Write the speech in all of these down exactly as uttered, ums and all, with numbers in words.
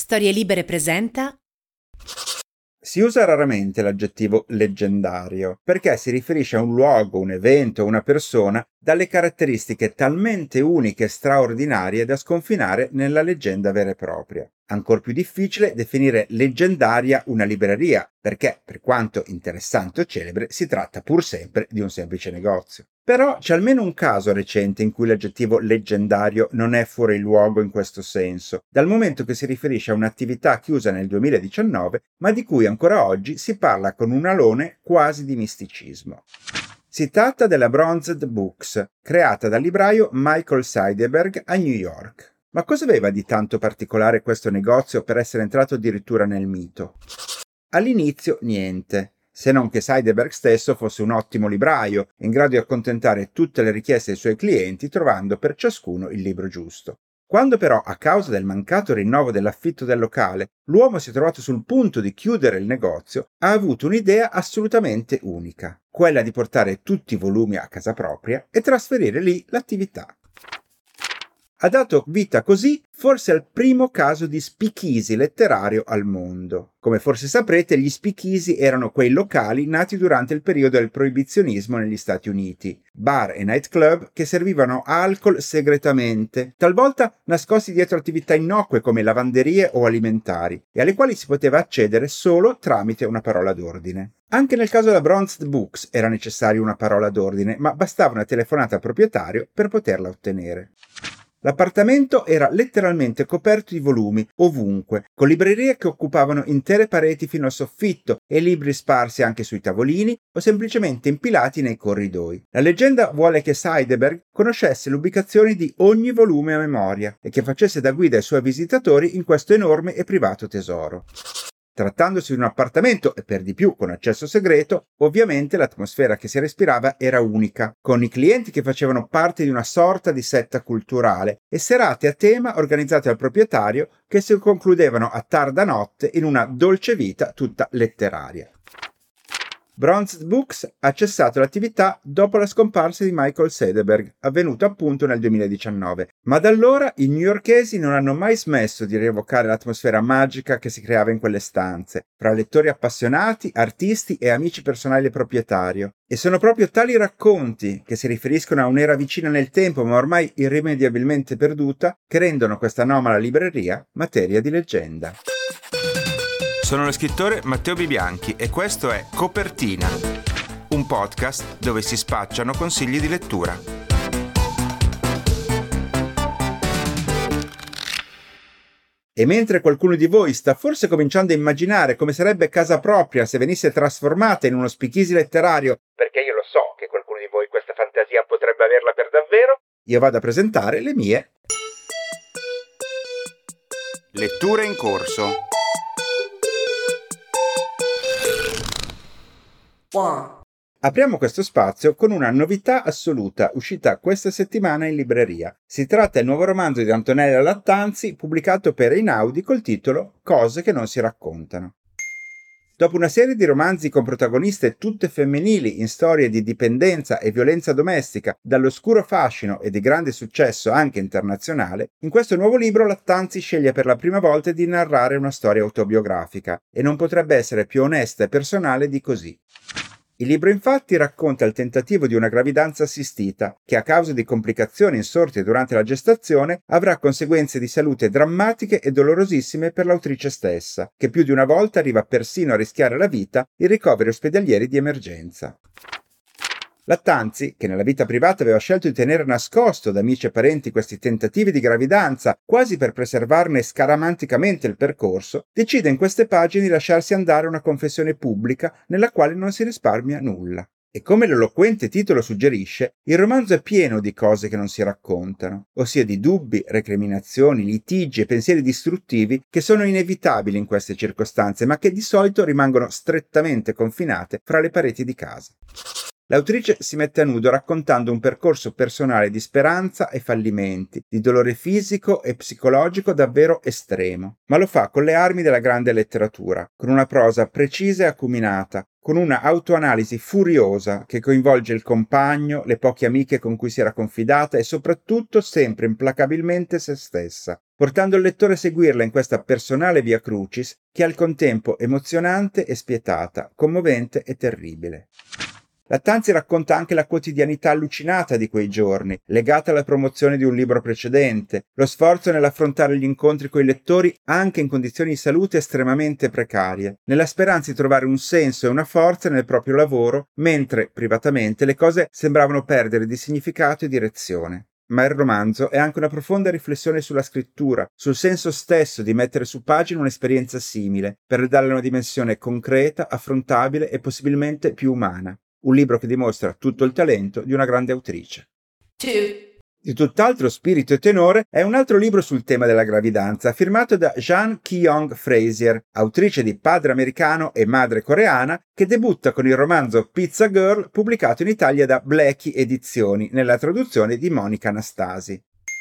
Storie Libere presenta. Si usa raramente l'aggettivo leggendario perché si riferisce a un luogo, un evento, una persona dalle caratteristiche talmente uniche e straordinarie da sconfinare nella leggenda vera e propria. Ancor più difficile definire leggendaria una libreria, perché, per quanto interessante o celebre, si tratta pur sempre di un semplice negozio. Però c'è almeno un caso recente in cui l'aggettivo leggendario non è fuori luogo in questo senso, dal momento che si riferisce a un'attività chiusa nel duemiladiciannove, ma di cui ancora oggi si parla con un alone quasi di misticismo. Si tratta della Bronzed Books, creata dal libraio Michael Seidenberg a New York. Ma cosa aveva di tanto particolare questo negozio per essere entrato addirittura nel mito? All'inizio niente, se non che Seidenberg stesso fosse un ottimo libraio, in grado di accontentare tutte le richieste dei suoi clienti, trovando per ciascuno il libro giusto. Quando però, a causa del mancato rinnovo dell'affitto del locale, l'uomo si è trovato sul punto di chiudere il negozio, ha avuto un'idea assolutamente unica, quella di portare tutti i volumi a casa propria e trasferire lì l'attività. Ha dato vita così forse al primo caso di speakeasy letterario al mondo. Come forse saprete, gli speakeasy erano quei locali nati durante il periodo del proibizionismo negli Stati Uniti, bar e nightclub che servivano alcol segretamente, talvolta nascosti dietro attività innocue come lavanderie o alimentari, e alle quali si poteva accedere solo tramite una parola d'ordine. Anche nel caso della Bronzed Books era necessaria una parola d'ordine, ma bastava una telefonata al proprietario per poterla ottenere. L'appartamento era letteralmente coperto di volumi, ovunque, con librerie che occupavano intere pareti fino al soffitto e libri sparsi anche sui tavolini o semplicemente impilati nei corridoi. La leggenda vuole che Seidenberg conoscesse le ubicazioni di ogni volume a memoria e che facesse da guida ai suoi visitatori in questo enorme e privato tesoro. Trattandosi di un appartamento, e per di più con accesso segreto, ovviamente l'atmosfera che si respirava era unica, con i clienti che facevano parte di una sorta di setta culturale e serate a tema organizzate dal proprietario che si concludevano a tarda notte in una dolce vita tutta letteraria. Bronzed Books ha cessato l'attività dopo la scomparsa di Michael Seidenberg, avvenuta appunto nel duemiladiciannove, ma da allora i newyorkesi non hanno mai smesso di rievocare l'atmosfera magica che si creava in quelle stanze, fra lettori appassionati, artisti e amici personali del proprietario. E sono proprio tali racconti, che si riferiscono a un'era vicina nel tempo ma ormai irrimediabilmente perduta, che rendono questa anomala libreria materia di leggenda. Sono lo scrittore Matteo Bibianchi e questo è Copertina, un podcast dove si spacciano consigli di lettura. E mentre qualcuno di voi sta forse cominciando a immaginare come sarebbe casa propria se venisse trasformata in uno speakeasy letterario, perché io lo so che qualcuno di voi questa fantasia potrebbe averla per davvero, io vado a presentare le mie letture in corso. Apriamo questo spazio con una novità assoluta uscita questa settimana in libreria. Si tratta del nuovo romanzo di Antonella Lattanzi pubblicato per Einaudi col titolo Cose che non si raccontano. Dopo una serie di romanzi con protagoniste tutte femminili in storie di dipendenza e violenza domestica, dall'oscuro fascino e di grande successo anche internazionale, in questo nuovo libro Lattanzi sceglie per la prima volta di narrare una storia autobiografica e non potrebbe essere più onesta e personale di così. Il libro infatti racconta il tentativo di una gravidanza assistita che a causa di complicazioni insorte durante la gestazione avrà conseguenze di salute drammatiche e dolorosissime per l'autrice stessa, che più di una volta arriva persino a rischiare la vita in ricoveri ospedalieri di emergenza. Lattanzi, che nella vita privata aveva scelto di tenere nascosto da amici e parenti questi tentativi di gravidanza, quasi per preservarne scaramanticamente il percorso, decide in queste pagine di lasciarsi andare una confessione pubblica nella quale non si risparmia nulla. E come l'eloquente titolo suggerisce, il romanzo è pieno di cose che non si raccontano, ossia di dubbi, recriminazioni, litigi e pensieri distruttivi che sono inevitabili in queste circostanze, ma che di solito rimangono strettamente confinate fra le pareti di casa. L'autrice si mette a nudo raccontando un percorso personale di speranza e fallimenti, di dolore fisico e psicologico davvero estremo, ma lo fa con le armi della grande letteratura, con una prosa precisa e acuminata, con una autoanalisi furiosa che coinvolge il compagno, le poche amiche con cui si era confidata e soprattutto sempre implacabilmente se stessa, portando il lettore a seguirla in questa personale via crucis che è al contempo emozionante e spietata, commovente e terribile. Lattanzi racconta anche la quotidianità allucinata di quei giorni, legata alla promozione di un libro precedente, lo sforzo nell'affrontare gli incontri coi lettori anche in condizioni di salute estremamente precarie, nella speranza di trovare un senso e una forza nel proprio lavoro, mentre, privatamente, le cose sembravano perdere di significato e direzione. Ma il romanzo è anche una profonda riflessione sulla scrittura, sul senso stesso di mettere su pagina un'esperienza simile, per darle una dimensione concreta, affrontabile e possibilmente più umana. Un libro che dimostra tutto il talento di una grande autrice. Two. Di tutt'altro spirito e tenore è un altro libro sul tema della gravidanza, firmato da Jean Kyong Frazier, autrice di Padre americano e Madre coreana, che debutta con il romanzo Pizza Girl, pubblicato in Italia da Blackie Edizioni, nella traduzione di Monica Anastasi.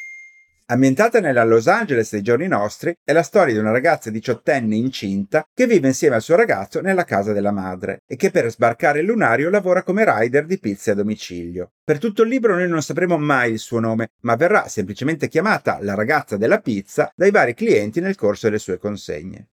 Ambientata nella Los Angeles dei giorni nostri, è la storia di una ragazza diciottenne incinta che vive insieme al suo ragazzo nella casa della madre e che per sbarcare il lunario lavora come rider di pizze a domicilio. Per tutto il libro noi non sapremo mai il suo nome, ma verrà semplicemente chiamata la ragazza della pizza dai vari clienti nel corso delle sue consegne.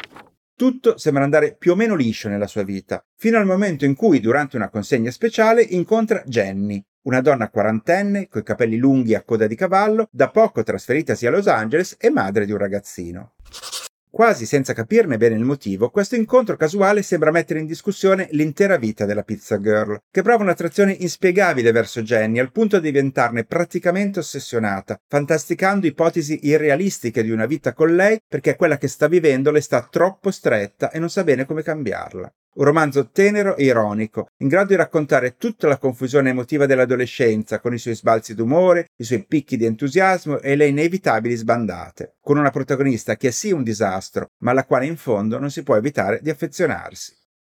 Tutto sembra andare più o meno liscio nella sua vita, fino al momento in cui, durante una consegna speciale, incontra Jenny, una donna quarantenne, coi capelli lunghi a coda di cavallo, da poco trasferitasi a Los Angeles e madre di un ragazzino. Quasi senza capirne bene il motivo, questo incontro casuale sembra mettere in discussione l'intera vita della Pizza Girl, che prova un'attrazione inspiegabile verso Jenny al punto di diventarne praticamente ossessionata, fantasticando ipotesi irrealistiche di una vita con lei perché quella che sta vivendo le sta troppo stretta e non sa bene come cambiarla. Un romanzo tenero e ironico, in grado di raccontare tutta la confusione emotiva dell'adolescenza, con i suoi sbalzi d'umore, i suoi picchi di entusiasmo e le inevitabili sbandate, con una protagonista che è sì un disastro, ma alla quale in fondo non si può evitare di affezionarsi.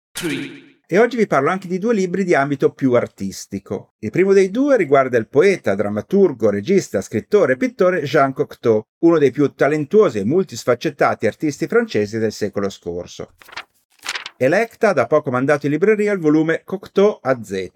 tre. E oggi vi parlo anche di due libri di ambito più artistico. Il primo dei due riguarda il poeta, drammaturgo, regista, scrittore e pittore Jean Cocteau, uno dei più talentuosi e multisfaccettati artisti francesi del secolo scorso. Electa ha da poco mandato in libreria il volume Cocteau A Z.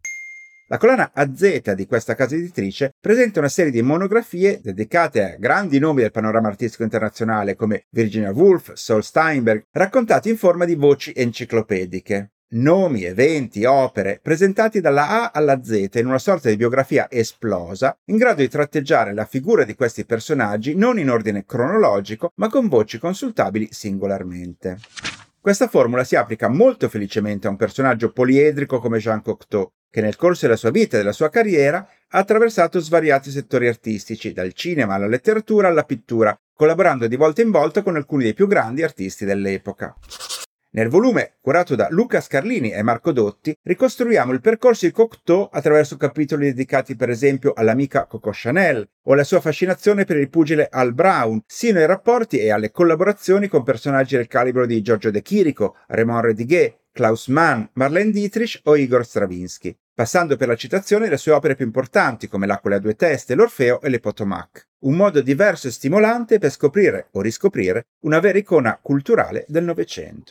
La collana A Z di questa casa editrice presenta una serie di monografie dedicate a grandi nomi del panorama artistico internazionale come Virginia Woolf, Saul Steinberg, raccontati in forma di voci enciclopediche. Nomi, eventi, opere, presentati dalla A alla Z in una sorta di biografia esplosa, in grado di tratteggiare la figura di questi personaggi non in ordine cronologico, ma con voci consultabili singolarmente. Questa formula si applica molto felicemente a un personaggio poliedrico come Jean Cocteau, che nel corso della sua vita e della sua carriera ha attraversato svariati settori artistici, dal cinema alla letteratura alla pittura, collaborando di volta in volta con alcuni dei più grandi artisti dell'epoca. Nel volume, curato da Luca Scarlini e Marco Dotti, ricostruiamo il percorso di Cocteau attraverso capitoli dedicati per esempio all'amica Coco Chanel o alla sua fascinazione per il pugile Al Brown, sino ai rapporti e alle collaborazioni con personaggi del calibro di Giorgio De Chirico, Raymond Rediguet, Klaus Mann, Marlene Dietrich o Igor Stravinsky, passando per la citazione le sue opere più importanti come L'Aquila a due teste, L'Orfeo e Le Potomac. Un modo diverso e stimolante per scoprire o riscoprire una vera icona culturale del Novecento.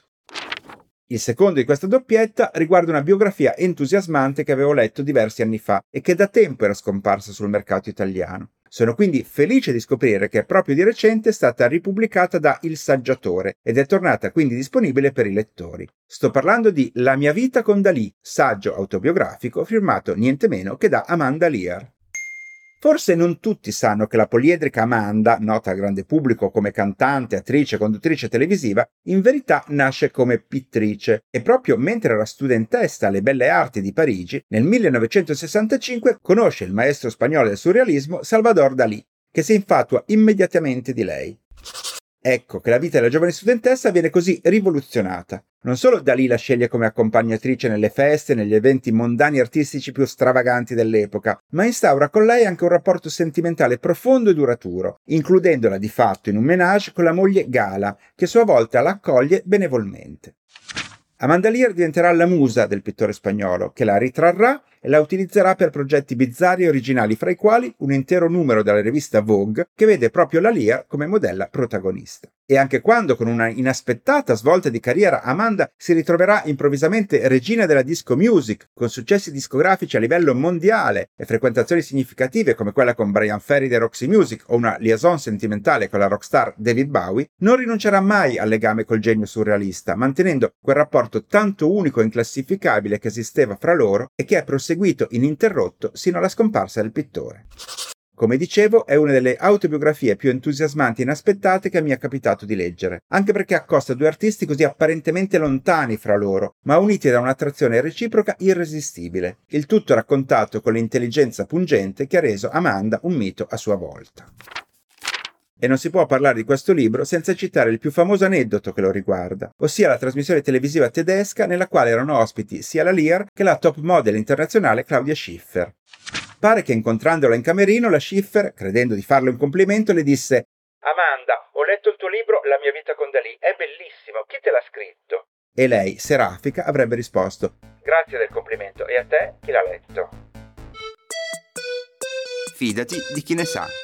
Il secondo di questa doppietta riguarda una biografia entusiasmante che avevo letto diversi anni fa e che da tempo era scomparsa sul mercato italiano. Sono quindi felice di scoprire che proprio di recente è stata ripubblicata da Il Saggiatore ed è tornata quindi disponibile per i lettori. Sto parlando di La mia vita con Dalì, saggio autobiografico firmato niente meno che da Amanda Lear. Forse non tutti sanno che la poliedrica Amanda, nota al grande pubblico come cantante, attrice e conduttrice televisiva, in verità nasce come pittrice e proprio mentre era studentessa alle Belle Arti di Parigi, nel millenovecentosessantacinque conosce il maestro spagnolo del surrealismo Salvador Dalí, che si infatua immediatamente di lei. Ecco che la vita della giovane studentessa viene così rivoluzionata. Non solo Dalì la sceglie come accompagnatrice nelle feste e negli eventi mondani artistici più stravaganti dell'epoca, ma instaura con lei anche un rapporto sentimentale profondo e duraturo, includendola di fatto in un ménage con la moglie Gala, che a sua volta la accoglie benevolmente. Amanda Lear diventerà la musa del pittore spagnolo, che la ritrarrà e la utilizzerà per progetti bizzarri e originali, fra i quali un intero numero della rivista Vogue che vede proprio la Lear come modella protagonista. E anche quando, con una inaspettata svolta di carriera, Amanda si ritroverà improvvisamente regina della disco music, con successi discografici a livello mondiale e frequentazioni significative come quella con Brian Ferry dei Roxy Music o una liaison sentimentale con la rockstar David Bowie, non rinuncerà mai al legame col genio surrealista, mantenendo quel rapporto tanto unico e inclassificabile che esisteva fra loro e che è proseguito ininterrotto sino alla scomparsa del pittore. Come dicevo, è una delle autobiografie più entusiasmanti e inaspettate che mi è capitato di leggere, anche perché accosta due artisti così apparentemente lontani fra loro, ma uniti da un'attrazione reciproca irresistibile, il tutto raccontato con l'intelligenza pungente che ha reso Amanda un mito a sua volta. E non si può parlare di questo libro senza citare il più famoso aneddoto che lo riguarda, ossia la trasmissione televisiva tedesca nella quale erano ospiti sia la Lear che la top model internazionale Claudia Schiffer. Pare che incontrandola in camerino la Schiffer, credendo di farle un complimento, le disse: «Amanda, ho letto il tuo libro La mia vita con Dalì, è bellissimo, chi te l'ha scritto?» E lei, serafica, avrebbe risposto: «Grazie del complimento, e a te chi l'ha letto?» Fidati di chi ne sa.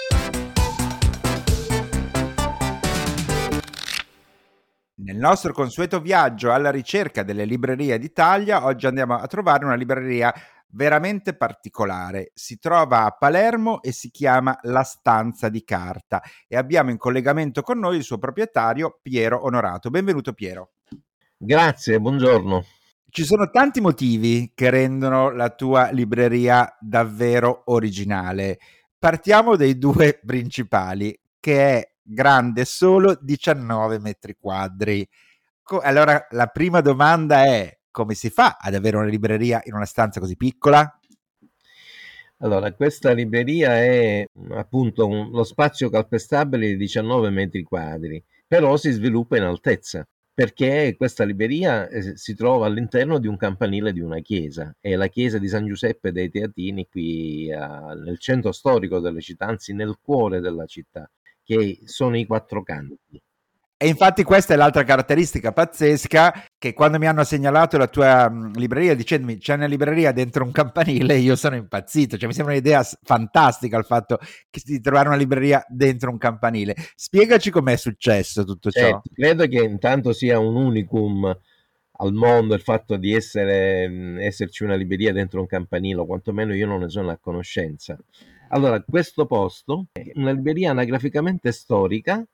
Nel nostro consueto viaggio alla ricerca delle librerie d'Italia, oggi andiamo a trovare una libreria veramente particolare. Si trova a Palermo e si chiama La Stanza di Carta e abbiamo in collegamento con noi il suo proprietario Piero Onorato. Benvenuto Piero. Grazie, buongiorno. Ci sono tanti motivi che rendono la tua libreria davvero originale. Partiamo dai due principali, che è grande solo diciannove metri quadri. Allora la prima domanda è: come si fa ad avere una libreria in una stanza così piccola? Allora, questa libreria è appunto un, lo spazio calpestabile di diciannove metri quadri, però si sviluppa in altezza, perché questa libreria eh, si trova all'interno di un campanile di una chiesa, è la chiesa di San Giuseppe dei Teatini qui a, nel centro storico della città, anzi nel cuore della città, che sono i quattro canti. E infatti questa è l'altra caratteristica pazzesca, che quando mi hanno segnalato la tua mh, libreria dicendomi c'è una libreria dentro un campanile, io sono impazzito, cioè mi sembra un'idea fantastica il fatto che, di trovare una libreria dentro un campanile. Spiegaci com'è successo tutto ciò. Certo, credo che intanto sia un unicum al mondo il fatto di essere, esserci una libreria dentro un campanile, quantomeno io non ne sono a conoscenza. Allora, questo posto è una libreria anagraficamente storica,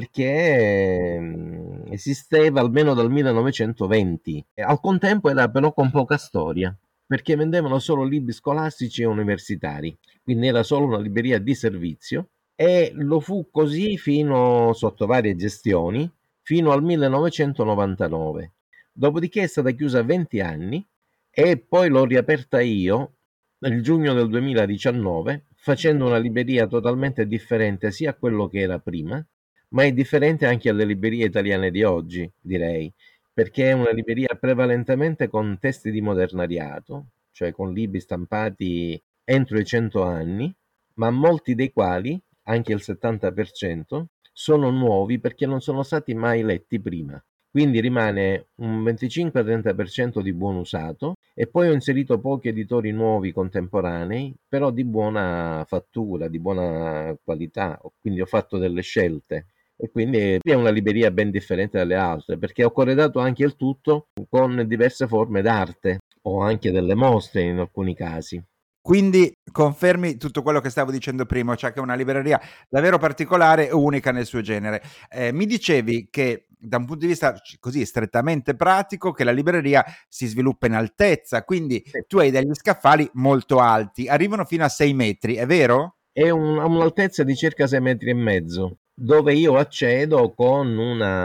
perché esisteva almeno dal millenovecentoventi. Al contempo era però con poca storia, perché vendevano solo libri scolastici e universitari, quindi era solo una libreria di servizio, e lo fu così fino, sotto varie gestioni, fino al millenovecentonovantanove. Dopodiché è stata chiusa venti anni e poi l'ho riaperta io nel giugno del duemiladiciannove, facendo una libreria totalmente differente sia a quello che era prima, ma è differente anche alle librerie italiane di oggi, direi, perché è una libreria prevalentemente con testi di modernariato, cioè con libri stampati entro i cento anni, ma molti dei quali, anche il settanta per cento, sono nuovi perché non sono stati mai letti prima. Quindi rimane un venticinque-trenta per cento di buon usato, e poi ho inserito pochi editori nuovi contemporanei, però di buona fattura, di buona qualità, quindi ho fatto delle scelte. E quindi è una libreria ben differente dalle altre, perché ho corredato anche il tutto con diverse forme d'arte o anche delle mostre in alcuni casi. Quindi confermi tutto quello che stavo dicendo prima, cioè che è una libreria davvero particolare e unica nel suo genere. Eh, mi dicevi che da un punto di vista così strettamente pratico che la libreria si sviluppa in altezza, quindi Sì. Tu hai degli scaffali molto alti, arrivano fino a sei metri, è vero? È un, un'altezza di circa sei metri e mezzo, dove io accedo con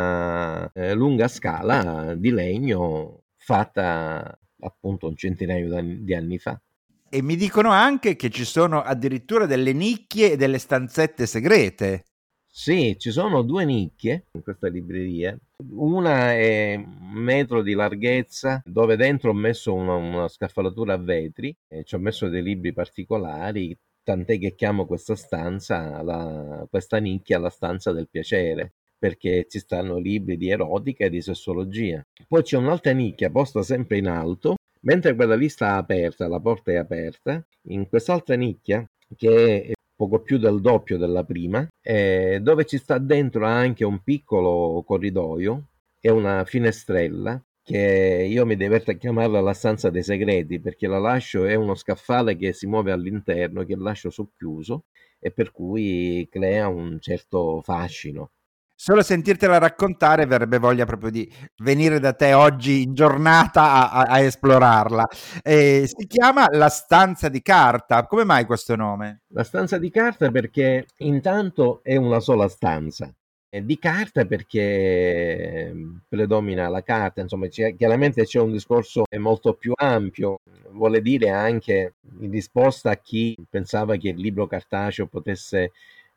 una eh, lunga scala di legno fatta appunto un centinaio di anni fa. E mi dicono anche che ci sono addirittura delle nicchie e delle stanzette segrete. Sì, ci sono due nicchie in questa libreria. Una è un metro di larghezza, dove dentro ho messo una, una scaffalatura a vetri e ci ho messo dei libri particolari, tant'è che chiamo questa stanza, la, questa nicchia, la stanza del piacere, perché ci stanno libri di erotica e di sessologia. Poi c'è un'altra nicchia posta sempre in alto, mentre quella lì sta aperta, la porta è aperta, in quest'altra nicchia, che è poco più del doppio della prima, eh, dove ci sta dentro anche un piccolo corridoio e una finestrella, che io mi diverto a chiamarla la stanza dei segreti, perché la lascio, è uno scaffale che si muove all'interno, che lascio socchiuso, e per cui crea un certo fascino. Solo sentirtela raccontare verrebbe voglia proprio di venire da te oggi in giornata a, a- a esplorarla. Eh, si chiama La stanza di carta. Come mai questo nome? La stanza di carta perché intanto è una sola stanza, e di carta perché ehm, predomina la carta, insomma c'è- chiaramente c'è un discorso molto più ampio, vuole dire anche in risposta a chi pensava che il libro cartaceo potesse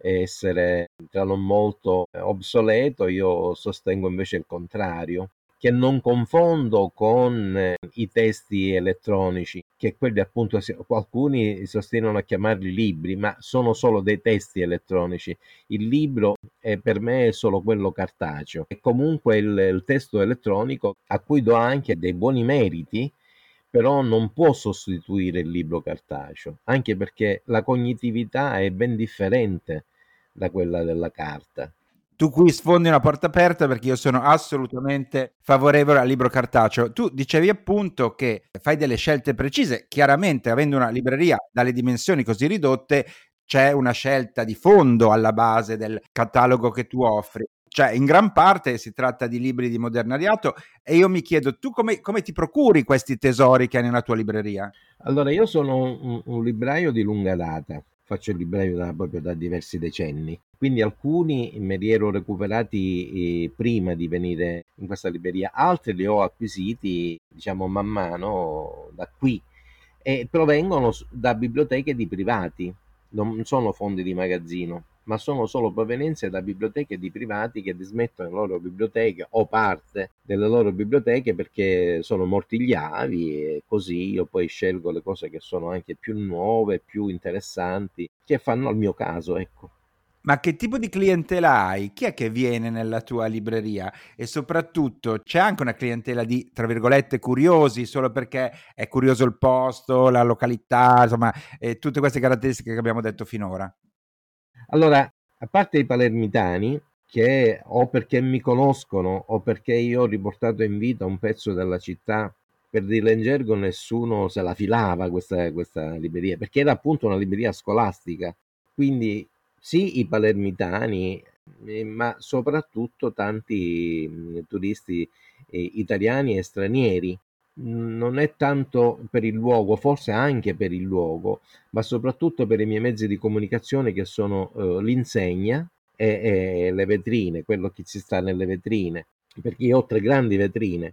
essere tra non molto eh, obsoleto. Io sostengo invece il contrario, che non confondo con eh, i testi elettronici, che quelli appunto si- alcuni sostengono a chiamarli libri, ma sono solo dei testi elettronici. Il libro è, per me è solo quello cartaceo, e comunque il, il testo elettronico, a cui do anche dei buoni meriti, però non può sostituire il libro cartaceo, anche perché la cognitività è ben differente da quella della carta. Tu qui sfondi una porta aperta perché io sono assolutamente favorevole al libro cartaceo. Tu dicevi appunto che fai delle scelte precise, chiaramente avendo una libreria dalle dimensioni così ridotte c'è una scelta di fondo alla base del catalogo che tu offri. Cioè, in gran parte si tratta di libri di modernariato e io mi chiedo, tu come, come ti procuri questi tesori che hai nella tua libreria? Allora, io sono un, un libraio di lunga data, faccio il libraio da, proprio da diversi decenni, quindi alcuni me li ero recuperati eh, prima di venire in questa libreria, altri li ho acquisiti, diciamo, man mano da qui, e provengono s- da biblioteche di privati, non sono fondi di magazzino, ma sono solo provenienze da biblioteche di privati che dismettono le loro biblioteche o parte delle loro biblioteche perché sono morti gli avi, e così io poi scelgo le cose che sono anche più nuove, più interessanti, che fanno al mio caso, ecco. Ma che tipo di clientela hai? Chi è che viene nella tua libreria? E soprattutto c'è anche una clientela di, tra virgolette, curiosi, solo perché è curioso il posto, la località, insomma, e tutte queste caratteristiche che abbiamo detto finora. Allora, a parte i palermitani, che o perché mi conoscono o perché io ho riportato in vita un pezzo della città, per dirla in gergo, nessuno se la filava questa, questa libreria, perché era appunto una libreria scolastica. Quindi sì, i palermitani, eh, ma soprattutto tanti mh, turisti eh, italiani e stranieri. Mm, Non è tanto per il luogo, forse anche per il luogo, ma soprattutto per i miei mezzi di comunicazione, che sono eh, l'insegna e, e le vetrine, quello che ci sta nelle vetrine, perché io ho tre grandi vetrine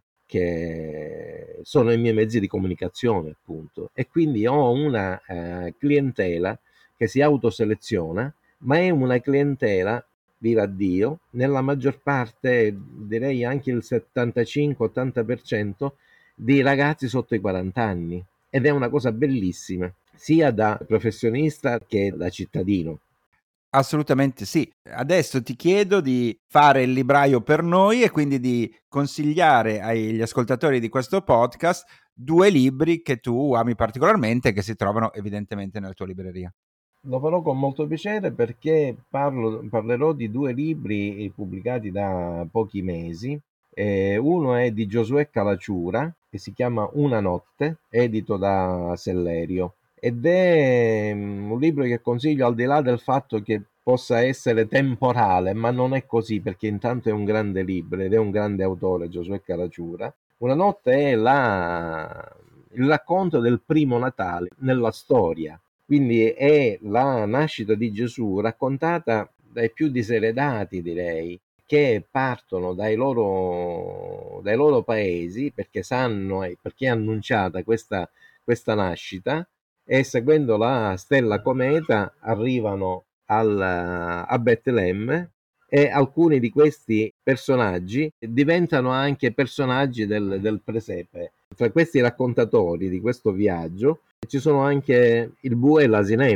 che sono i miei mezzi di comunicazione, appunto, e quindi ho una eh, clientela che si autoseleziona, ma è una clientela, viva Dio, nella maggior parte, direi anche il settantacinque ottanta per cento, di ragazzi sotto i quaranta anni, ed è una cosa bellissima, sia da professionista che da cittadino. Assolutamente sì. Adesso ti chiedo di fare il libraio per noi e quindi di consigliare agli ascoltatori di questo podcast due libri che tu ami particolarmente e che si trovano evidentemente nella tua libreria. Lo farò con molto piacere, perché parlo- parlerò di due libri pubblicati da pochi mesi. Eh, uno è di Giosuè Calacciura, che si chiama Una notte, edito da Sellerio, ed è mm, un libro che consiglio, al di là del fatto che possa essere temporale, ma non è così, perché intanto è un grande libro ed è un grande autore, Giosuè Calacciura. Una notte è la- il racconto del primo Natale nella storia, quindi è la nascita di Gesù raccontata dai più diseredati, direi, che partono dai loro, dai loro paesi, perché sanno e perché è annunciata questa, questa nascita, e seguendo la stella cometa arrivano al, a Betlemme, e alcuni di questi personaggi diventano anche personaggi del, del presepe. Tra questi raccontatori di questo viaggio ci sono anche il bue e l'asinello,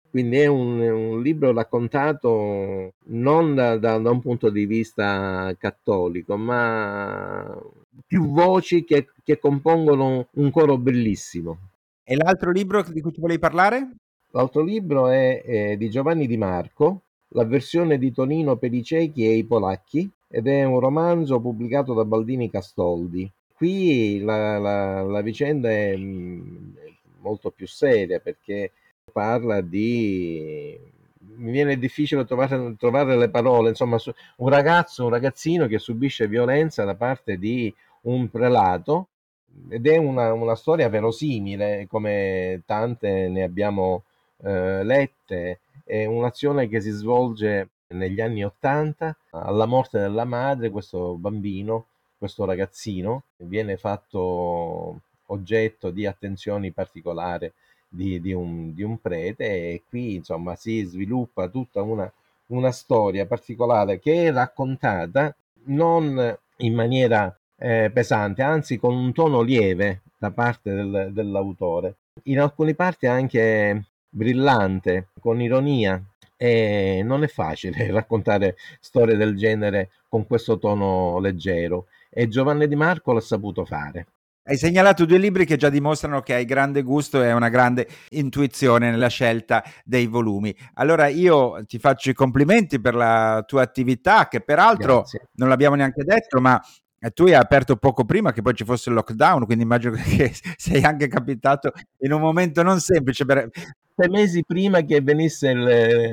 Quindi è un, un libro raccontato non da, da, da un punto di vista cattolico, ma più voci che, che compongono un coro bellissimo. E l'altro libro di cui ti volevi parlare? L'altro libro è, è di Giovanni Di Marco, la versione di Tonino per i ciechi e i polacchi, ed è un romanzo pubblicato da Baldini Castoldi. Qui la, la, la vicenda è mh, molto più seria, perché parla di... mi viene difficile trovare, trovare le parole, insomma, un ragazzo, un ragazzino che subisce violenza da parte di un prelato, ed è una, una storia verosimile, come tante ne abbiamo eh, lette. È un'azione che si svolge negli anni Ottanta. Alla morte della madre, questo bambino, questo ragazzino, viene fatto oggetto di attenzioni particolari di, di, un, di un prete, e qui insomma si sviluppa tutta una, una storia particolare che è raccontata non in maniera eh, pesante, anzi con un tono lieve da parte del, dell'autore. In alcune parti anche brillante, con ironia, e non è facile raccontare storie del genere con questo tono leggero, e Giovanni Di Marco l'ha saputo fare. Hai segnalato due libri che già dimostrano che hai grande gusto e una grande intuizione nella scelta dei volumi. Allora io ti faccio i complimenti per la tua attività, che peraltro Grazie. non l'abbiamo neanche detto, ma tu hai aperto poco prima che poi ci fosse il lockdown, quindi immagino che sei anche capitato in un momento non semplice. Per... Sei mesi prima che venisse il,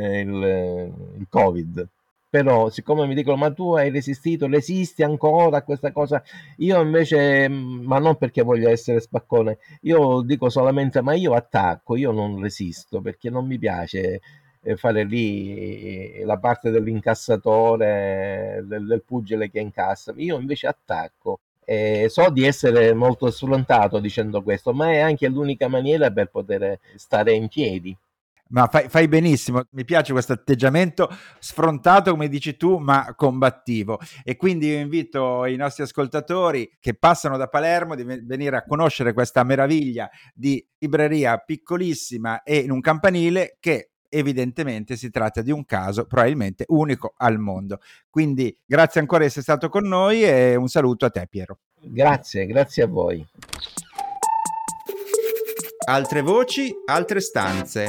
il, il Covid. Però siccome mi dicono ma tu hai resistito, resisti ancora a questa cosa, io invece, ma non perché voglio essere spaccone, io dico solamente ma io attacco, io non resisto, perché non mi piace fare lì la parte dell'incassatore, del, del pugile che incassa. Io invece attacco. E so di essere molto sfrontato dicendo questo, ma è anche l'unica maniera per poter stare in piedi. Ma fai, fai benissimo, mi piace questo atteggiamento sfrontato, come dici tu, ma combattivo. E quindi io invito i nostri ascoltatori che passano da Palermo di venire a conoscere questa meraviglia di libreria piccolissima e in un campanile, che evidentemente si tratta di un caso probabilmente unico al mondo. Quindi grazie ancora di essere stato con noi e un saluto a te, Piero. Grazie, grazie a voi. Altre voci, altre stanze.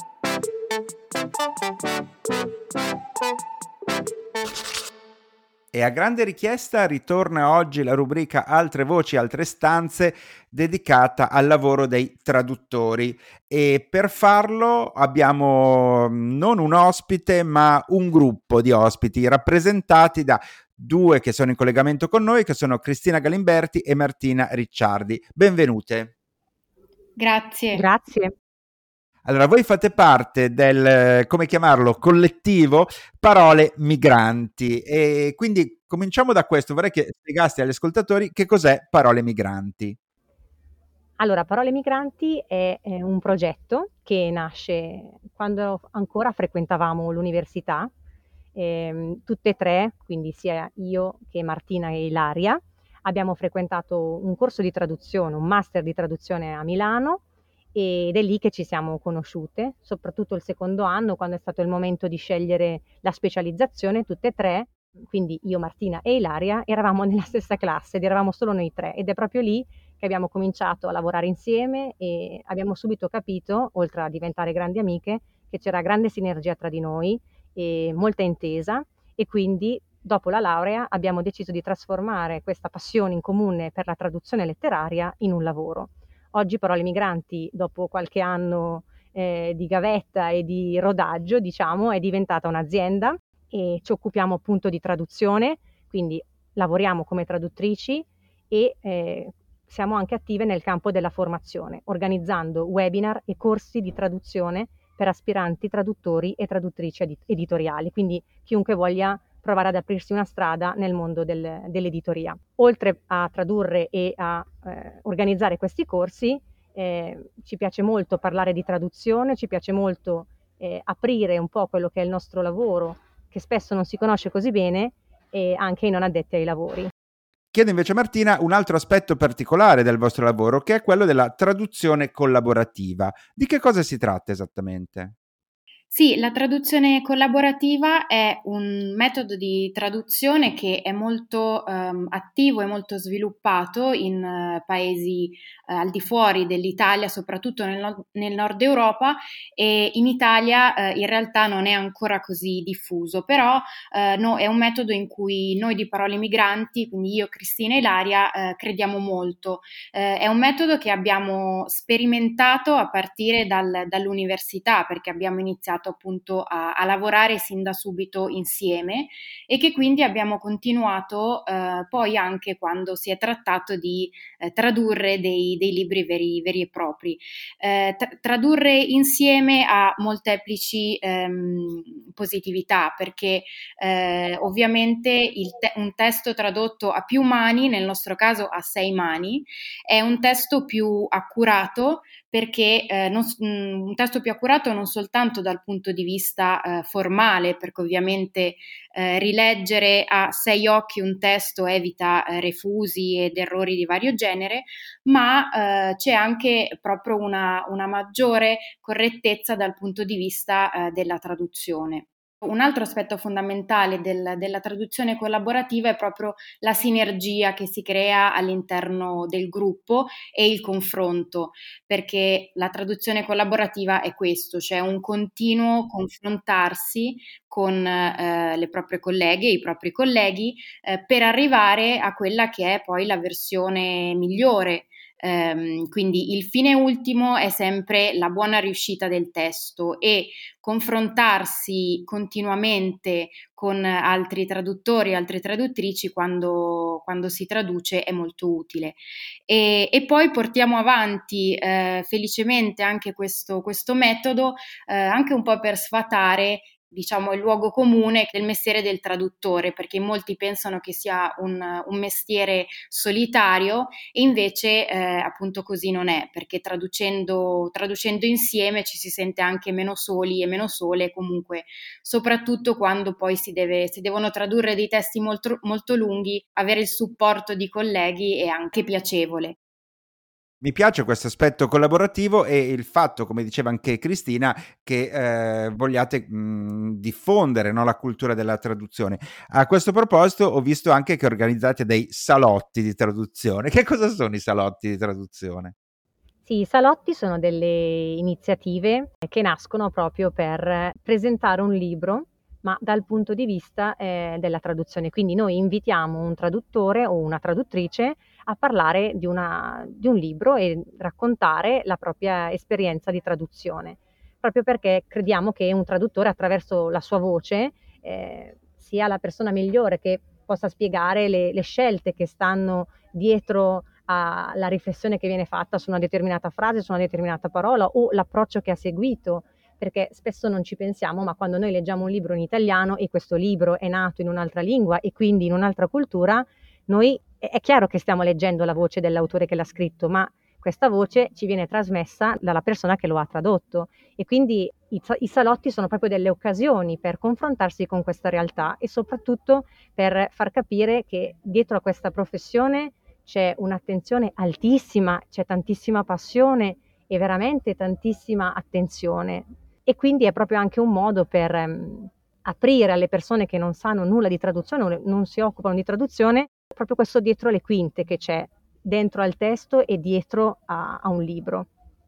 E a grande richiesta ritorna oggi la rubrica Altre voci, altre stanze, dedicata al lavoro dei traduttori, e per farlo abbiamo non un ospite ma un gruppo di ospiti rappresentati da due che sono in collegamento con noi, che sono Cristina Galimberti e Martina Ricciardi. Benvenute. Grazie. Grazie. Allora, voi fate parte del, come chiamarlo, collettivo Parole Migranti, e quindi cominciamo da questo. Vorrei che spiegassi agli ascoltatori che cos'è Parole Migranti. Allora, Parole Migranti è, è un progetto che nasce quando ancora frequentavamo l'università, ehm, tutte e tre, quindi sia io che Martina e Ilaria, abbiamo frequentato un corso di traduzione, un master di traduzione a Milano, ed è lì che ci siamo conosciute, soprattutto il secondo anno, quando è stato il momento di scegliere la specializzazione. Tutte e tre, quindi io, Martina e Ilaria, eravamo nella stessa classe ed eravamo solo noi tre, ed è proprio lì che abbiamo cominciato a lavorare insieme e abbiamo subito capito, oltre a diventare grandi amiche, che c'era grande sinergia tra di noi e molta intesa, e quindi dopo la laurea abbiamo deciso di trasformare questa passione in comune per la traduzione letteraria in un lavoro. Oggi Parole Migranti, dopo qualche anno eh, di gavetta e di rodaggio, diciamo, è diventata un'azienda e ci occupiamo appunto di traduzione, quindi lavoriamo come traduttrici e eh, siamo anche attive nel campo della formazione, organizzando webinar e corsi di traduzione per aspiranti traduttori e traduttrici edit- editoriali, quindi chiunque voglia provare ad aprirsi una strada nel mondo del, dell'editoria. Oltre a tradurre e a eh, organizzare questi corsi, eh, ci piace molto parlare di traduzione, ci piace molto eh, aprire un po' quello che è il nostro lavoro, che spesso non si conosce così bene, e anche ai non addetti ai lavori. Chiedo invece a Martina un altro aspetto particolare del vostro lavoro, che è quello della traduzione collaborativa. Di che cosa si tratta esattamente? Sì, la traduzione collaborativa è un metodo di traduzione che è molto ehm, attivo e molto sviluppato in eh, paesi eh, al di fuori dell'Italia, soprattutto nel, no- nel nord Europa, e in Italia eh, in realtà non è ancora così diffuso, però eh, no, è un metodo in cui noi di Parole Migranti, quindi io, Cristina e Ilaria, eh, crediamo molto. Eh, è un metodo che abbiamo sperimentato a partire dal- dall'università, perché abbiamo iniziato appunto a, a lavorare sin da subito insieme e che quindi abbiamo continuato eh, poi anche quando si è trattato di eh, tradurre dei, dei libri veri, veri e propri. Eh, tra- tradurre insieme ha molteplici ehm, positività, perché eh, ovviamente il te- un testo tradotto a più mani, nel nostro caso a sei mani, è un testo più accurato, perché eh, non, mh, un testo più accurato non soltanto dal punto di vista eh, formale, perché ovviamente eh, rileggere a sei occhi un testo evita eh, refusi ed errori di vario genere, ma eh, c'è anche proprio una, una maggiore correttezza dal punto di vista eh, della traduzione. Un altro aspetto fondamentale del- della traduzione collaborativa è proprio la sinergia che si crea all'interno del gruppo e il confronto, perché la traduzione collaborativa è questo, cioè un continuo confrontarsi con eh, le proprie colleghe e i propri colleghi eh, per arrivare a quella che è poi la versione migliore. Ehm, quindi il fine ultimo è sempre la buona riuscita del testo, e confrontarsi continuamente con altri traduttori e altre traduttrici quando, quando si traduce è molto utile. E, e poi portiamo avanti eh, felicemente anche questo, questo metodo, eh, anche un po' per sfatare, diciamo, il luogo comune del mestiere del traduttore, perché molti pensano che sia un, un mestiere solitario, e invece eh, appunto così non è, perché traducendo, traducendo insieme ci si sente anche meno soli e meno sole, comunque soprattutto quando poi si, deve, si devono tradurre dei testi molto, molto lunghi, avere il supporto di colleghi è anche piacevole. Mi piace questo aspetto collaborativo e il fatto, come diceva anche Cristina, che eh, vogliate mh, diffondere, no, la cultura della traduzione. A questo proposito ho visto anche che organizzate dei salotti di traduzione. Che cosa sono i salotti di traduzione? Sì, i salotti sono delle iniziative che nascono proprio per presentare un libro, ma dal punto di vista eh, della traduzione. Quindi noi invitiamo un traduttore o una traduttrice a parlare di, una, di un libro e raccontare la propria esperienza di traduzione, proprio perché crediamo che un traduttore, attraverso la sua voce, eh, sia la persona migliore che possa spiegare le, le scelte che stanno dietro alla riflessione che viene fatta su una determinata frase, su una determinata parola, o l'approccio che ha seguito, perché spesso non ci pensiamo, ma quando noi leggiamo un libro in italiano e questo libro è nato in un'altra lingua e quindi in un'altra cultura, noi è chiaro che stiamo leggendo la voce dell'autore che l'ha scritto, ma questa voce ci viene trasmessa dalla persona che lo ha tradotto, e quindi i, i salotti sono proprio delle occasioni per confrontarsi con questa realtà e soprattutto per far capire che dietro a questa professione c'è un'attenzione altissima, c'è tantissima passione e veramente tantissima attenzione, e quindi è proprio anche un modo per um, aprire alle persone che non sanno nulla di traduzione o non si occupano di traduzione proprio questo dietro le quinte che c'è dentro al testo e dietro a, a un libro.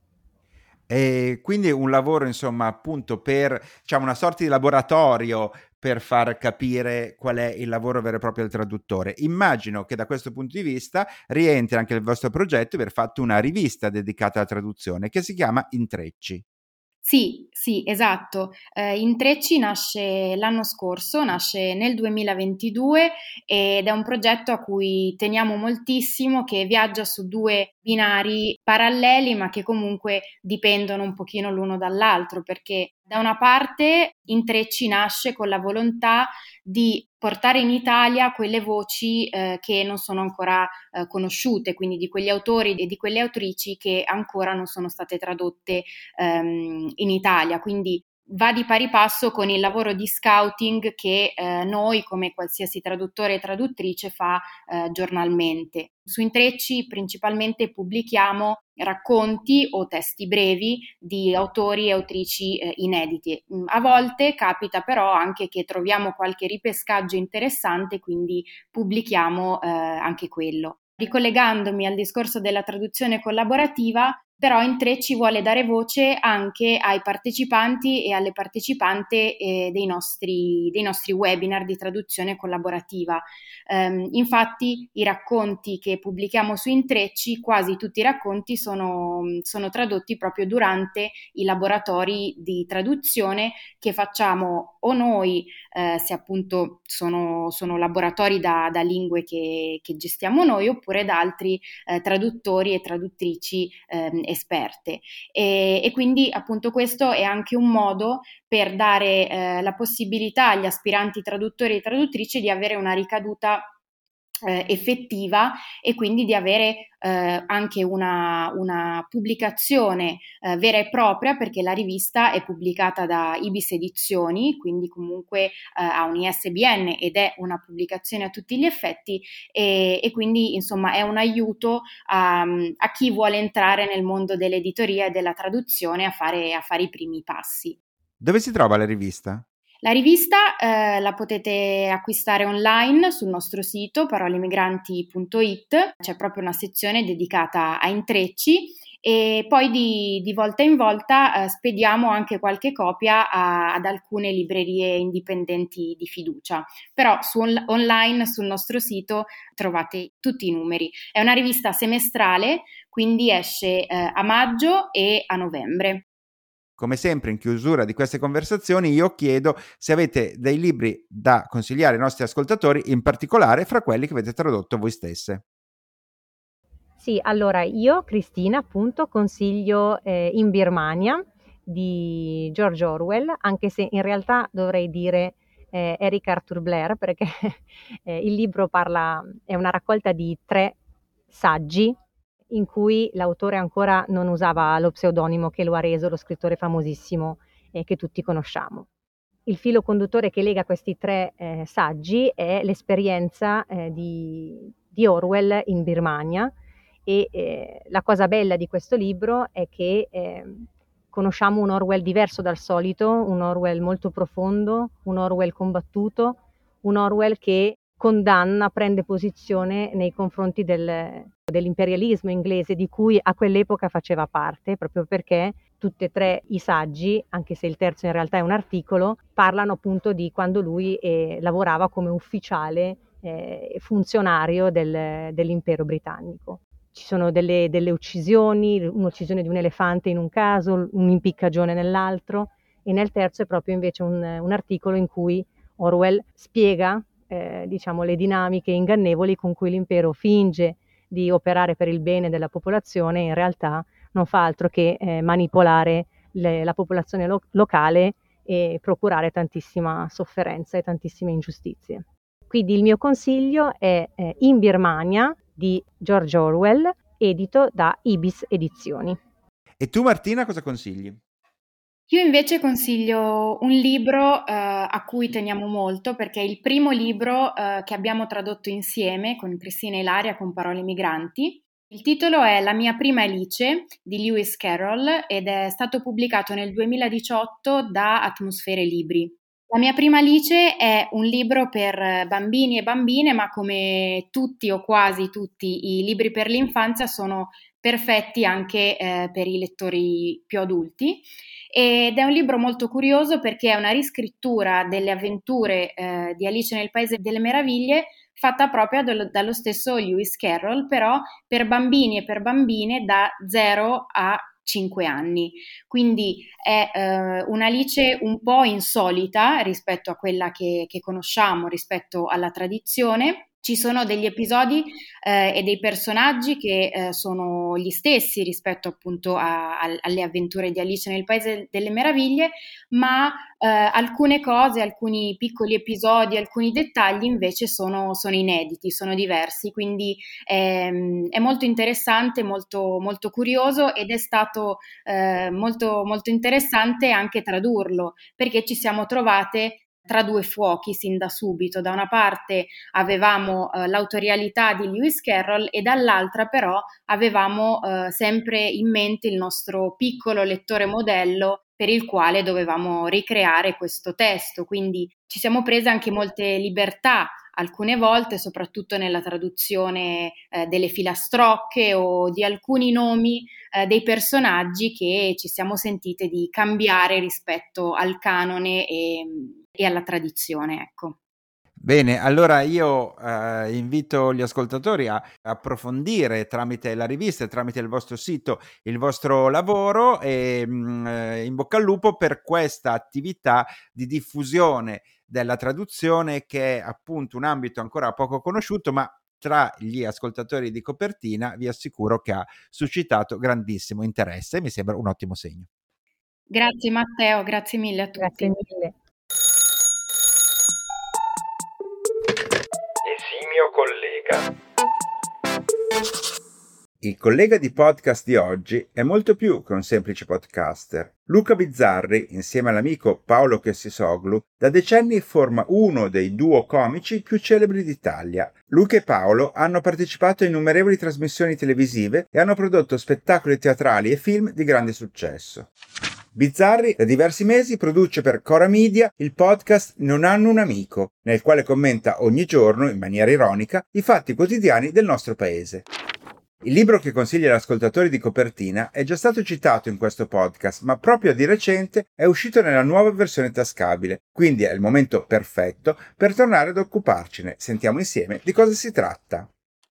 E quindi un lavoro, insomma, appunto per, diciamo, una sorta di laboratorio per far capire qual è il lavoro vero e proprio del traduttore. Immagino che da questo punto di vista rientri anche il vostro progetto di aver fatto una rivista dedicata alla traduzione che si chiama Intrecci. Sì, sì, esatto. Eh, Intrecci nasce l'anno scorso, nasce nel duemilaventidue, ed è un progetto a cui teniamo moltissimo, che viaggia su due binari paralleli, ma che comunque dipendono un pochino l'uno dall'altro, perché da una parte Intrecci nasce con la volontà di portare in Italia quelle voci eh, che non sono ancora eh, conosciute, quindi di quegli autori e di quelle autrici che ancora non sono state tradotte ehm, in Italia, quindi va di pari passo con il lavoro di scouting che eh, noi, come qualsiasi traduttore e traduttrice, fa eh, giornalmente. Su Intrecci principalmente pubblichiamo racconti o testi brevi di autori e autrici eh, inediti. A volte capita però anche che troviamo qualche ripescaggio interessante, quindi pubblichiamo eh, anche quello. Ricollegandomi al discorso della traduzione collaborativa, però Intrecci vuole dare voce anche ai partecipanti e alle partecipante eh, dei, nostri, dei nostri webinar di traduzione collaborativa. Um, infatti i racconti che pubblichiamo su Intrecci, quasi tutti i racconti sono, sono tradotti proprio durante i laboratori di traduzione che facciamo o noi, eh, se appunto sono, sono laboratori da, da lingue che, che gestiamo noi, oppure da altri eh, traduttori e traduttrici eh, esperte. E, e quindi appunto questo è anche un modo per dare eh, la possibilità agli aspiranti traduttori e traduttrici di avere una ricaduta eh, effettiva e quindi di avere eh, anche una, una pubblicazione eh, vera e propria, perché la rivista è pubblicata da Ibis Edizioni, quindi comunque eh, ha un I S B N ed è una pubblicazione a tutti gli effetti e, e quindi insomma è un aiuto a, a chi vuole entrare nel mondo dell'editoria e della traduzione a fare, a fare i primi passi. Dove si trova la rivista? La rivista eh, la potete acquistare online sul nostro sito parolemigranti punto it, c'è proprio una sezione dedicata a Intrecci e poi di, di volta in volta eh, spediamo anche qualche copia a, ad alcune librerie indipendenti di fiducia, però su on- online sul nostro sito trovate tutti i numeri. È una rivista semestrale, quindi esce eh, a maggio e a novembre. Come sempre in chiusura di queste conversazioni io chiedo se avete dei libri da consigliare ai nostri ascoltatori, in particolare fra quelli che avete tradotto voi stesse. Sì, allora io, Cristina, appunto, consiglio eh, In Birmania di George Orwell, anche se in realtà dovrei dire eh, Eric Arthur Blair, perché eh, il libro parla, è una raccolta di tre saggi in cui l'autore ancora non usava lo pseudonimo che lo ha reso lo scrittore famosissimo eh, che tutti conosciamo. Il filo conduttore che lega questi tre eh, saggi è l'esperienza eh, di, di Orwell in Birmania e eh, la cosa bella di questo libro è che eh, conosciamo un Orwell diverso dal solito, un Orwell molto profondo, un Orwell combattuto, un Orwell che condanna, prende posizione nei confronti del, dell'imperialismo inglese di cui a quell'epoca faceva parte, proprio perché tutti e tre i saggi, anche se il terzo in realtà è un articolo, parlano appunto di quando lui eh, lavorava come ufficiale eh, funzionario del, dell'impero britannico. Ci sono delle, delle uccisioni, un'uccisione di un elefante in un caso, un'impiccagione nell'altro, e nel terzo è proprio invece un, un articolo in cui Orwell spiega eh, diciamo, le dinamiche ingannevoli con cui l'impero finge di operare per il bene della popolazione e in realtà non fa altro che eh, manipolare le, la popolazione lo- locale e procurare tantissima sofferenza e tantissime ingiustizie. Quindi il mio consiglio è eh, In Birmania di George Orwell, edito da Ibis Edizioni. E tu Martina cosa consigli? Io invece consiglio un libro eh, a cui teniamo molto perché è il primo libro eh, che abbiamo tradotto insieme con Cristina e Ilaria con Parole Migranti. Il titolo è La mia prima Alice di Lewis Carroll ed è stato pubblicato nel duemiladiciotto da Atmosfere Libri. La mia prima Alice è un libro per bambini e bambine, ma come tutti o quasi tutti i libri per l'infanzia sono perfetti anche eh, per i lettori più adulti. Ed è un libro molto curioso perché è una riscrittura delle avventure eh, di Alice nel Paese delle Meraviglie fatta proprio dallo, dallo stesso Lewis Carroll, però per bambini e per bambine da zero a cinque anni. Quindi è eh, un'Alice un po' insolita rispetto a quella che, che conosciamo, rispetto alla tradizione, Ci sono degli episodi eh, e dei personaggi che eh, sono gli stessi rispetto appunto a, a, alle avventure di Alice nel Paese delle Meraviglie, ma eh, alcune cose, alcuni piccoli episodi, alcuni dettagli invece sono, sono inediti, sono diversi, quindi ehm, è molto interessante, molto, molto curioso, ed è stato eh, molto, molto interessante anche tradurlo, perché ci siamo trovate tra due fuochi sin da subito. Da una parte avevamo eh, l'autorialità di Lewis Carroll e dall'altra però avevamo eh, sempre in mente il nostro piccolo lettore modello per il quale dovevamo ricreare questo testo, quindi ci siamo prese anche molte libertà alcune volte, soprattutto nella traduzione eh, delle filastrocche o di alcuni nomi eh, dei personaggi che ci siamo sentite di cambiare rispetto al canone e, e alla tradizione, ecco. Bene, allora io eh, invito gli ascoltatori a approfondire tramite la rivista e tramite il vostro sito il vostro lavoro e mh, eh, in bocca al lupo per questa attività di diffusione della traduzione, che è appunto un ambito ancora poco conosciuto, ma tra gli ascoltatori di Copertina vi assicuro che ha suscitato grandissimo interesse e mi sembra un ottimo segno. Grazie Matteo, grazie mille a tutti. Grazie mille. Esimio collega. Il collega di podcast di oggi è molto più che un semplice podcaster. Luca Bizzarri, insieme all'amico Paolo Kessisoglu, da decenni forma uno dei duo comici più celebri d'Italia. Luca e Paolo hanno partecipato a innumerevoli trasmissioni televisive e hanno prodotto spettacoli teatrali e film di grande successo. Bizzarri da diversi mesi produce per Cora Media il podcast Non hanno un amico, nel quale commenta ogni giorno, in maniera ironica, i fatti quotidiani del nostro paese. Il libro che consiglia agli ascoltatori di Copertina è già stato citato in questo podcast, ma proprio di recente è uscito nella nuova versione tascabile, quindi è il momento perfetto per tornare ad occuparcene. Sentiamo insieme di cosa si tratta.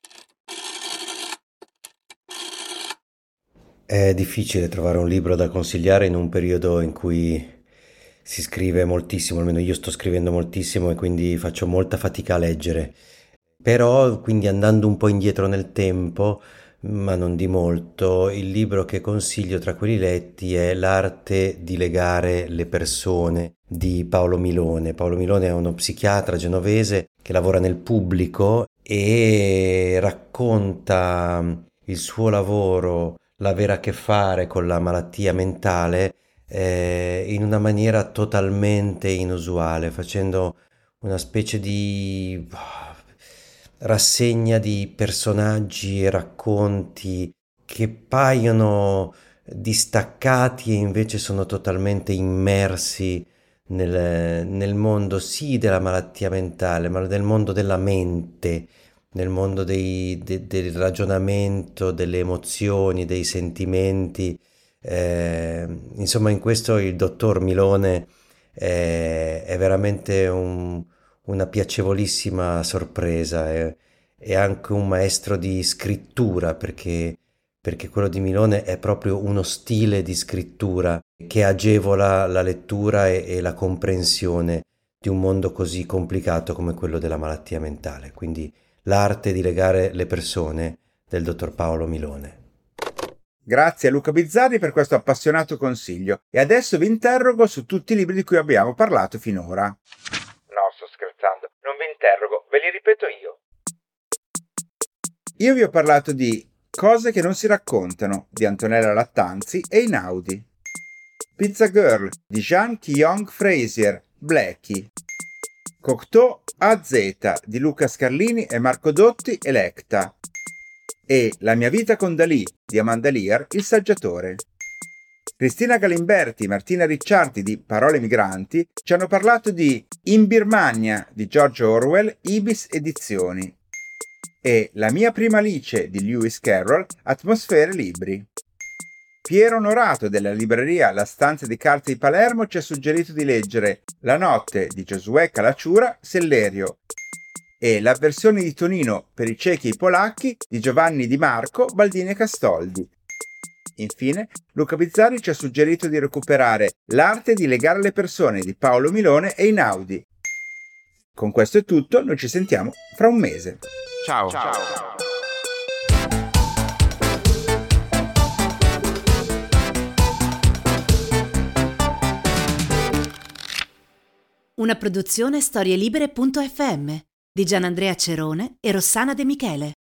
È difficile trovare un libro da consigliare in un periodo in cui si scrive moltissimo, almeno io sto scrivendo moltissimo e quindi faccio molta fatica a leggere. Però, quindi andando un po' indietro nel tempo, ma non di molto, il libro che consiglio tra quelli letti è L'arte di legare le persone di Paolo Milone. Paolo Milone è uno psichiatra genovese che lavora nel pubblico e racconta il suo lavoro, l'avere a che fare con la malattia mentale eh, in una maniera totalmente inusuale, facendo una specie di rassegna di personaggi e racconti che paiono distaccati e invece sono totalmente immersi nel, nel mondo sì della malattia mentale, ma nel mondo della mente, nel mondo dei, de, del ragionamento, delle emozioni, dei sentimenti. Eh, insomma, in questo il dottor Milone è, è veramente un, una piacevolissima sorpresa. È, è anche un maestro di scrittura, perché, perché quello di Milone è proprio uno stile di scrittura che agevola la lettura e, e la comprensione di un mondo così complicato come quello della malattia mentale. Quindi L'arte di legare le persone del dottor Paolo Milone. Grazie a Luca Bizzarri per questo appassionato consiglio e adesso vi interrogo su tutti i libri di cui abbiamo parlato finora. No, sto scherzando, non vi interrogo, ve li ripeto io. Io vi ho parlato di Cose che non si raccontano di Antonella Lattanzi e Einaudi, Pizza Girl di Jean Kyong Frazier, Blackie, Cocteau A Z di Luca Scarlini e Marco Dotti, Electa, e La mia vita con Dalì di Amanda Lear, Il saggiatore. Cristina Galimberti e Martina Ricciardi di Parole migranti ci hanno parlato di In Birmania di George Orwell, Ibis Edizioni, e La mia prima Alice di Lewis Carroll, Atmosfere libri. Piero Onorato della libreria La Stanza di Carte di Palermo ci ha suggerito di leggere La notte di Giosuè Calacciura, Sellerio, e La versione di Tonino per i ciechi e i polacchi di Giovanni Di Marco, Baldini e Castoldi. Infine, Luca Bizzarri ci ha suggerito di recuperare L'arte di legare le persone di Paolo Milone e Einaudi. Con questo è tutto, noi ci sentiamo fra un mese. Ciao. Ciao. Una produzione storielibere punto effe emme di Gianandrea Cerone e Rossana De Michele.